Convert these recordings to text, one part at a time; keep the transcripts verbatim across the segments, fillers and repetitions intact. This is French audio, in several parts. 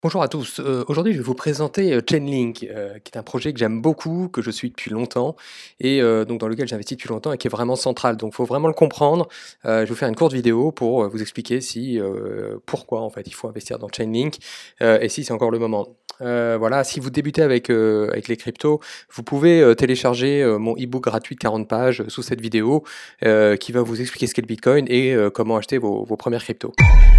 Bonjour à tous. Heu, aujourd'hui, je vais vous présenter, heu, Chainlink, heu, qui est un projet que j'aime beaucoup, que je suis depuis longtemps et heu, donc dans lequel j'investis depuis longtemps et qui est vraiment central. Donc il faut vraiment le comprendre. Heu, je vais vous faire une courte vidéo pour, heu, vous expliquer si, heu, pourquoi en fait il faut investir dans Chainlink, heu, et si c'est encore le moment. Heu, voilà, si vous débutez avec, heu, avec les cryptos, vous pouvez, heu, télécharger, heu, mon e-book gratuit de quarante pages, heu, sous cette vidéo, heu, qui va vous expliquer ce qu'est le bitcoin et heu, comment acheter vos vos premières cryptos.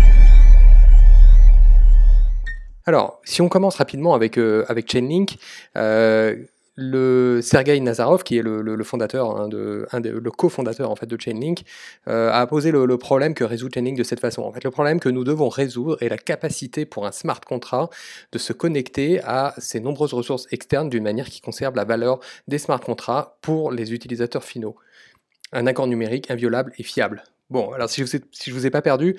Alors, si on commence rapidement avec, heu, avec Chainlink, heu, le Sergueï Nazarov, qui est le le le fondateur, hein, de un des le cofondateur, en fait, de Chainlink, heu, a posé le le problème que résout Chainlink de cette façon. En fait, le problème que nous devons résoudre est la capacité pour un smart contract de se connecter à ces nombreuses ressources externes d'une manière qui conserve la valeur des smart contracts pour les utilisateurs finaux. Un accord numérique inviolable et fiable. Bon, alors si je vous ai, si je vous ai pas perdu,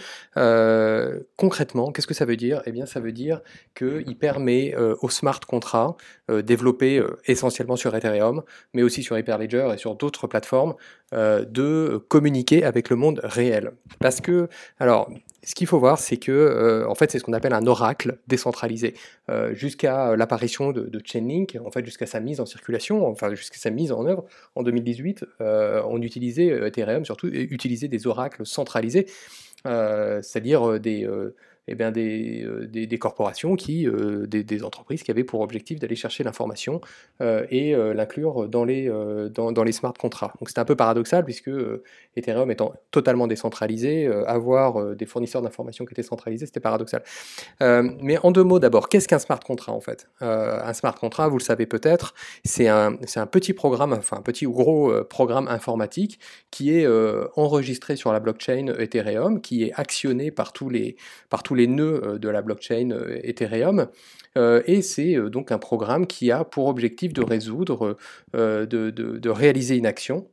euh, concrètement, qu'est-ce que ça veut dire? Eh bien, ça veut dire qu'il permet euh, au smart contract, euh, développé euh, essentiellement sur Ethereum, mais aussi sur Hyperledger et sur d'autres plateformes, euh, de communiquer avec le monde réel. Parce que, alors, ce qu'il faut voir, c'est que, euh, en fait, c'est ce qu'on appelle un oracle décentralisé. Euh, jusqu'à l'apparition de, de Chainlink, en fait, jusqu'à sa mise en circulation, enfin, jusqu'à sa mise en œuvre, en deux mille dix-huit, euh, on utilisait euh, Ethereum, surtout, et utilisait des oracles centralisés, euh, c'est-à-dire euh, des, euh, eh bien des, euh, des, des corporations, qui, euh, des, des entreprises qui avaient pour objectif d'aller chercher l'information euh, et euh, l'inclure dans les, euh, dans, dans les smart contracts. Donc c'était un peu paradoxal, puisque euh, Ethereum étant totalement décentralisé, euh, avoir euh, des fournisseurs d'informations qui étaient centralisés, c'était paradoxal. Euh, mais en deux mots d'abord, qu'est-ce qu'un smart contract en fait? euh, Un smart contract, vous le savez peut-être, c'est un, c'est un petit programme, enfin un petit ou gros euh, programme informatique qui est euh, enregistré sur la blockchain Ethereum, qui est actionné par tous les, par tous les nœuds euh, de la blockchain euh, Ethereum. Euh, et c'est euh, donc un programme qui a pour objectif de résoudre, euh, de, de, de réaliser une action.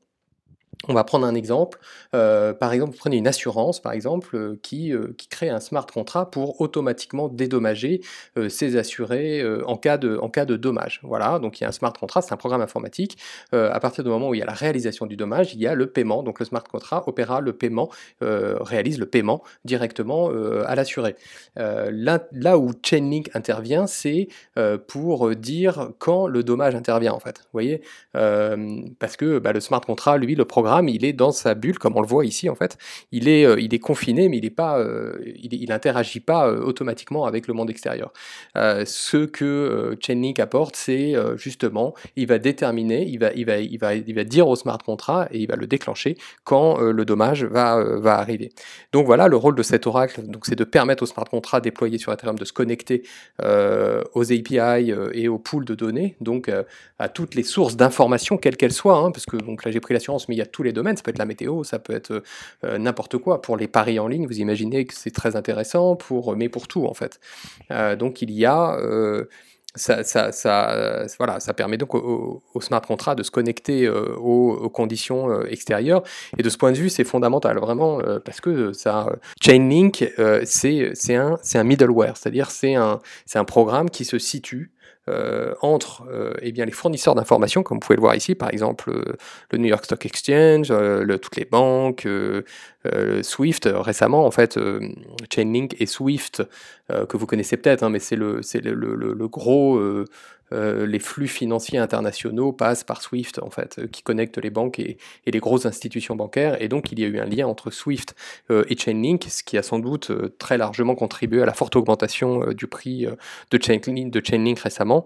On va prendre un exemple. Euh, par exemple, vous prenez une assurance, par exemple, euh, qui, euh, qui crée un smart contract pour automatiquement dédommager euh, ses assurés euh, en, cas de, en cas de dommage. Voilà, donc il y a un smart contract, c'est un programme informatique. Euh, à partir du moment où il y a la réalisation du dommage, il y a le paiement. Donc le smart contract opéra le paiement, euh, réalise le paiement directement euh, à l'assuré. Euh, là, là où Chainlink intervient, c'est euh, pour dire quand le dommage intervient, en fait. Vous voyez, euh, parce que bah, le smart contract, lui, le programme, il est dans sa bulle, comme on le voit ici, en fait. Il est, euh, il est confiné, mais il est pas, euh, il, il interagit pas euh, automatiquement avec le monde extérieur. Euh, ce que euh, Chainlink apporte, c'est euh, justement, il va déterminer, il va, il va, il va, il va dire au smart contract et il va le déclencher quand euh, le dommage va, euh, va arriver. Donc voilà, le rôle de cet oracle, donc c'est de permettre au smart contract déployé sur Ethereum de se connecter euh, aux A P I euh, et aux pools de données, donc euh, à toutes les sources d'informations, quelles qu'elles soient, hein, parce que donc là j'ai pris l'assurance, mais il y a tous les domaines, ça peut être la météo, ça peut être euh, n'importe quoi. Pour les paris en ligne, vous imaginez que c'est très intéressant, pour, mais pour tout en fait. Euh, donc il y a... Euh, ça, ça, ça, euh, voilà, ça permet donc au, au smart contract de se connecter euh, aux, aux, conditions euh, extérieures. Et de ce point de vue, c'est fondamental, vraiment, euh, parce que ça, euh, Chainlink, euh, c'est un, un middleware, c'est-à-dire c'est un, un programme qui se situe Euh, entre euh, eh bien, les fournisseurs d'informations, comme vous pouvez le voir ici, par exemple euh, le New York Stock Exchange, euh, le, toutes les banques, euh, euh, Swift, euh, récemment en fait, euh, Chainlink et Swift, euh, que vous connaissez peut-être, hein, mais c'est le, le, le, le gros... Euh, euh, les flux financiers internationaux passent par Swift, en fait, euh, qui connecte les banques et, et les grosses institutions bancaires. Et donc, il y a eu un lien entre Swift euh, et Chainlink, ce qui a sans doute euh, très largement contribué à la forte augmentation euh, du prix euh, de, Chainlink, de Chainlink récemment.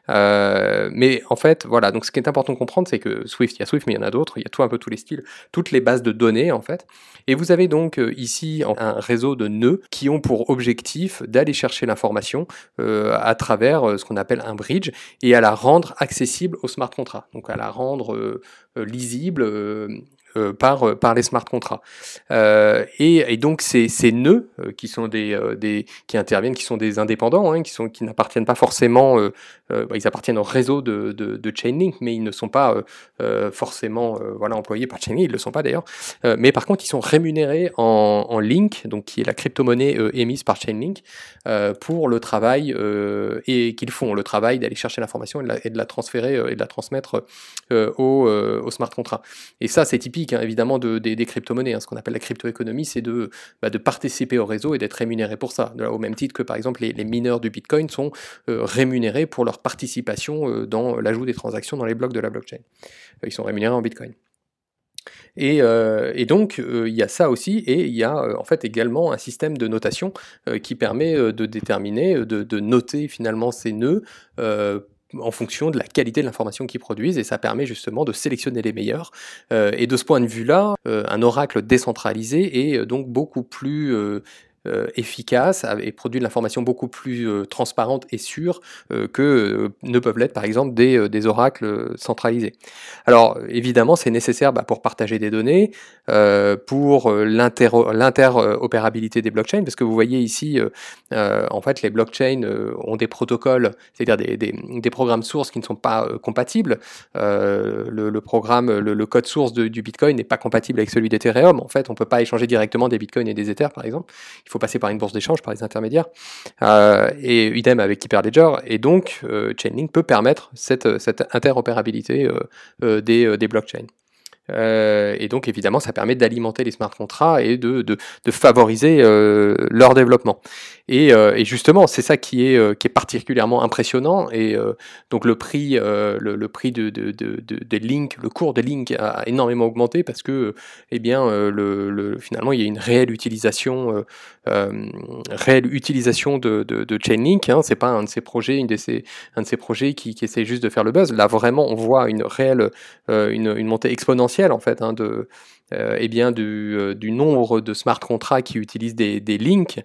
Euh, mais en fait, voilà, donc ce qui est important de comprendre, c'est que Swift, il y a Swift, mais il y en a d'autres, il y a tout un peu tous les styles, toutes les bases de données, en fait. Et vous avez donc euh, ici un réseau de nœuds qui ont pour objectif d'aller chercher l'information euh, à travers euh, ce qu'on appelle un bridge, et à la rendre accessible au smart contract, donc à la rendre euh, lisible euh, euh, par, par les smart contracts. Euh, et, et donc ces, ces nœuds euh, qui sont des, euh, des qui interviennent, qui sont des indépendants, hein, qui sont qui n'appartiennent pas forcément, euh, euh, bah, ils appartiennent au réseau de, de, de Chainlink, mais ils ne sont pas euh, euh, forcément euh, voilà employés par Chainlink, ils le sont pas d'ailleurs. Euh, mais par contre, ils sont rémunérés en, en Link, donc qui est la crypto-monnaie euh, émise par Chainlink, euh, pour le travail euh, et qu'ils font, le travail d'aller chercher l'information et, et de la transférer euh, et de la transmettre euh, au, euh, au smart contract. Et ça, c'est typique. typique hein, évidemment de, des, des crypto-monnaies. Hein. Ce qu'on appelle la crypto-économie, c'est de, bah, de participer au réseau et d'être rémunéré pour ça. Au même titre que par exemple les, les mineurs du Bitcoin sont euh, rémunérés pour leur participation euh, dans l'ajout des transactions dans les blocs de la blockchain. Euh, ils sont rémunérés en Bitcoin. Et, euh, et donc, euh, il y a ça aussi, et il y a euh, en fait également un système de notation euh, qui permet euh, de déterminer, de, de noter finalement ces nœuds euh, en fonction de la qualité de l'information qu'ils produisent, et ça permet justement de sélectionner les meilleurs. Euh, et de ce point de vue-là, euh, un oracle décentralisé est donc beaucoup plus... Euh, Euh, efficace et produit de l'information beaucoup plus euh, transparente et sûre euh, que euh, ne peuvent l'être par exemple des, euh, des oracles centralisés. Alors évidemment c'est nécessaire bah, pour partager des données, euh, pour euh, l'interopérabilité des blockchains, parce que vous voyez ici euh, euh, en fait les blockchains euh, ont des protocoles, c'est-à-dire des, des, des programmes sources qui ne sont pas euh, compatibles. Euh, le, le programme, le, le code source de, du Bitcoin n'est pas compatible avec celui d'Ethereum. En fait on ne peut pas échanger directement des Bitcoins et des Ethers par exemple. Il faut passer par une bourse d'échange, par les intermédiaires, euh, et idem avec Hyperledger, et donc euh, Chainlink peut permettre cette, cette interopérabilité euh, euh, des, euh, des blockchains. Euh, et donc évidemment ça permet d'alimenter les smart contracts et de, de, de favoriser euh, leur développement. Et, euh, et justement c'est ça qui est, euh, qui est particulièrement impressionnant, et euh, donc le prix, euh, le, le prix de, de, de, de, des links, le cours des links a énormément augmenté parce que eh bien, euh, le, le, finalement il y a une réelle utilisation, euh, euh, réelle utilisation de, de, de Chainlink, hein. C'est pas un de ces projets, une de ces, un de ces projets qui, qui essaie juste de faire le buzz. Là vraiment on voit une réelle, euh, une, une montée exponentielle en fait, hein, de, euh, eh bien, du, euh, du nombre de smart contracts qui utilisent des, des links,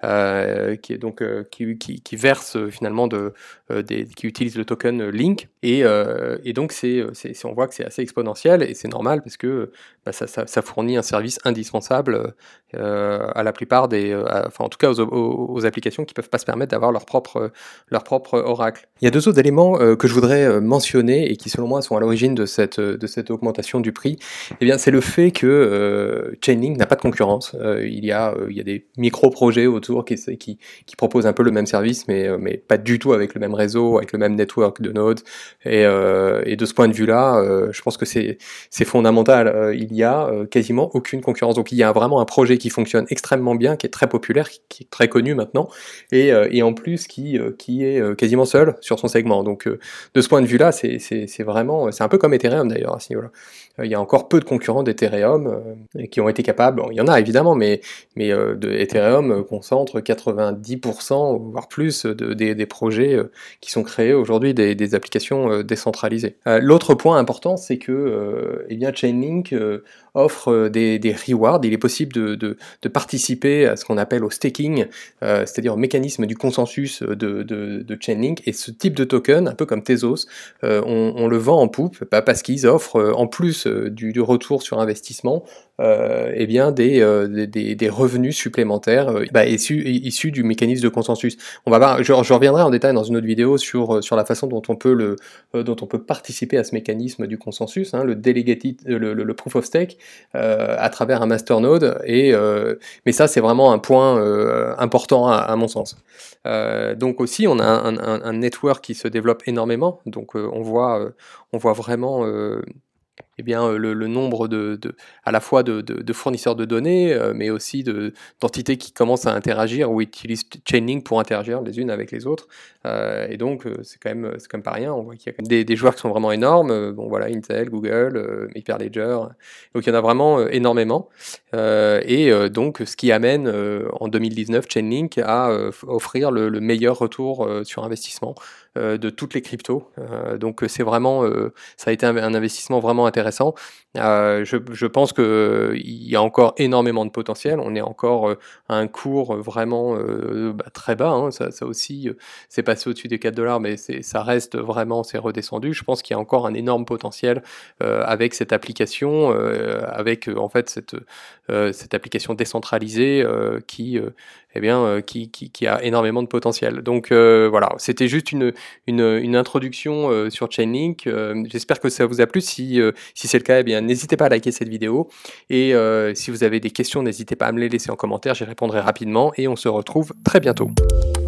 euh, qui, est donc, euh, qui, qui, qui versent euh, finalement de, euh, des, qui utilisent le token link, et, euh, et donc c'est, c'est, on voit que c'est assez exponentiel, et c'est normal parce que bah, ça, ça, ça fournit un service indispensable euh, à la plupart des, euh, à, enfin en tout cas aux, aux, aux applications qui peuvent pas se permettre d'avoir leur propre, leur propre oracle. Il y a deux autres éléments euh, que je voudrais mentionner et qui selon moi sont à l'origine de cette, de cette augmentation du prix. Eh bien, c'est le fait que euh, Chainlink n'a pas de concurrence. Euh, il, y a, euh, il y a des micro-projets autour qui, qui, qui proposent un peu le même service, mais, euh, mais pas du tout avec le même réseau, avec le même network de nodes. Et, euh, et de ce point de vue-là, euh, je pense que c'est, c'est fondamental. Euh, il y a euh, quasiment aucune concurrence. Donc il y a vraiment un projet qui fonctionne extrêmement bien, qui est très populaire, qui, qui est très connu maintenant, et, euh, et en plus qui, euh, qui est euh, quasiment seul sur son segment. Donc euh, de ce point de vue-là, c'est, c'est, c'est vraiment, c'est un peu comme Ethereum d'ailleurs à ce niveau-là. Il y a encore peu de concurrents d'Ethereum euh, qui ont été capables, bon, il y en a évidemment, mais, mais euh, de Ethereum concentre quatre-vingt-dix pour cent, voire plus, de, des, des projets euh, qui sont créés aujourd'hui, des, des applications euh, décentralisées. Euh, l'autre point important, c'est que euh, eh bien, Chainlink euh, offre des, des rewards. Il est possible de, de, de participer à ce qu'on appelle au staking, euh, c'est-à-dire au mécanisme du consensus de, de, de Chainlink, et ce type de token, un peu comme Tezos, euh, on, on le vend en poupe bah, parce qu'ils offrent, en plus Du, du retour sur investissement, euh, eh bien des, euh, des, des revenus supplémentaires euh, bah, issus, issus du mécanisme de consensus. On va voir, je, je reviendrai en détail dans une autre vidéo sur, sur la façon dont on peut, le, euh, dont on peut participer à ce mécanisme du consensus, hein, le, delegated, le, le, le proof of stake, euh, à travers un masternode, et, euh, mais ça c'est vraiment un point euh, important à, à mon sens. Euh, donc aussi on a un, un, un network qui se développe énormément, donc euh, on, voit, euh, on voit vraiment euh, eh bien, le, le nombre de, de, à la fois de, de, de fournisseurs de données, euh, mais aussi de, d'entités qui commencent à interagir ou utilisent Chainlink pour interagir les unes avec les autres. Euh, et donc, euh, c'est, quand même, c'est quand même pas rien. On voit qu'il y a quand même des, des joueurs qui sont vraiment énormes. Euh, bon, voilà, Intel, Google, euh, Hyperledger. Donc, il y en a vraiment euh, énormément. Euh, et euh, donc, ce qui amène euh, en deux mille dix-neuf Chainlink à euh, offrir le, le meilleur retour euh, sur investissement euh, de toutes les cryptos. Euh, donc, c'est vraiment, euh, ça a été un, un investissement vraiment intéressant. Euh, je, je pense qu'il y a encore énormément de potentiel. On est encore euh, à un cours vraiment euh, bah, très bas. Hein. Ça, ça aussi, euh, c'est passé au-dessus des quatre dollars, mais c'est, ça reste vraiment, c'est redescendu. Je pense qu'il y a encore un énorme potentiel euh, avec cette application, euh, avec euh, en fait cette, euh, cette application décentralisée euh, qui, euh, eh bien, euh, qui, qui, qui a énormément de potentiel. Donc euh, voilà, c'était juste une, une, une introduction euh, sur Chainlink. Euh, j'espère que ça vous a plu. Si, euh, si c'est le cas, eh bien, n'hésitez pas à liker cette vidéo. Et euh, si vous avez des questions, n'hésitez pas à me les laisser en commentaire. J'y répondrai rapidement et on se retrouve très bientôt.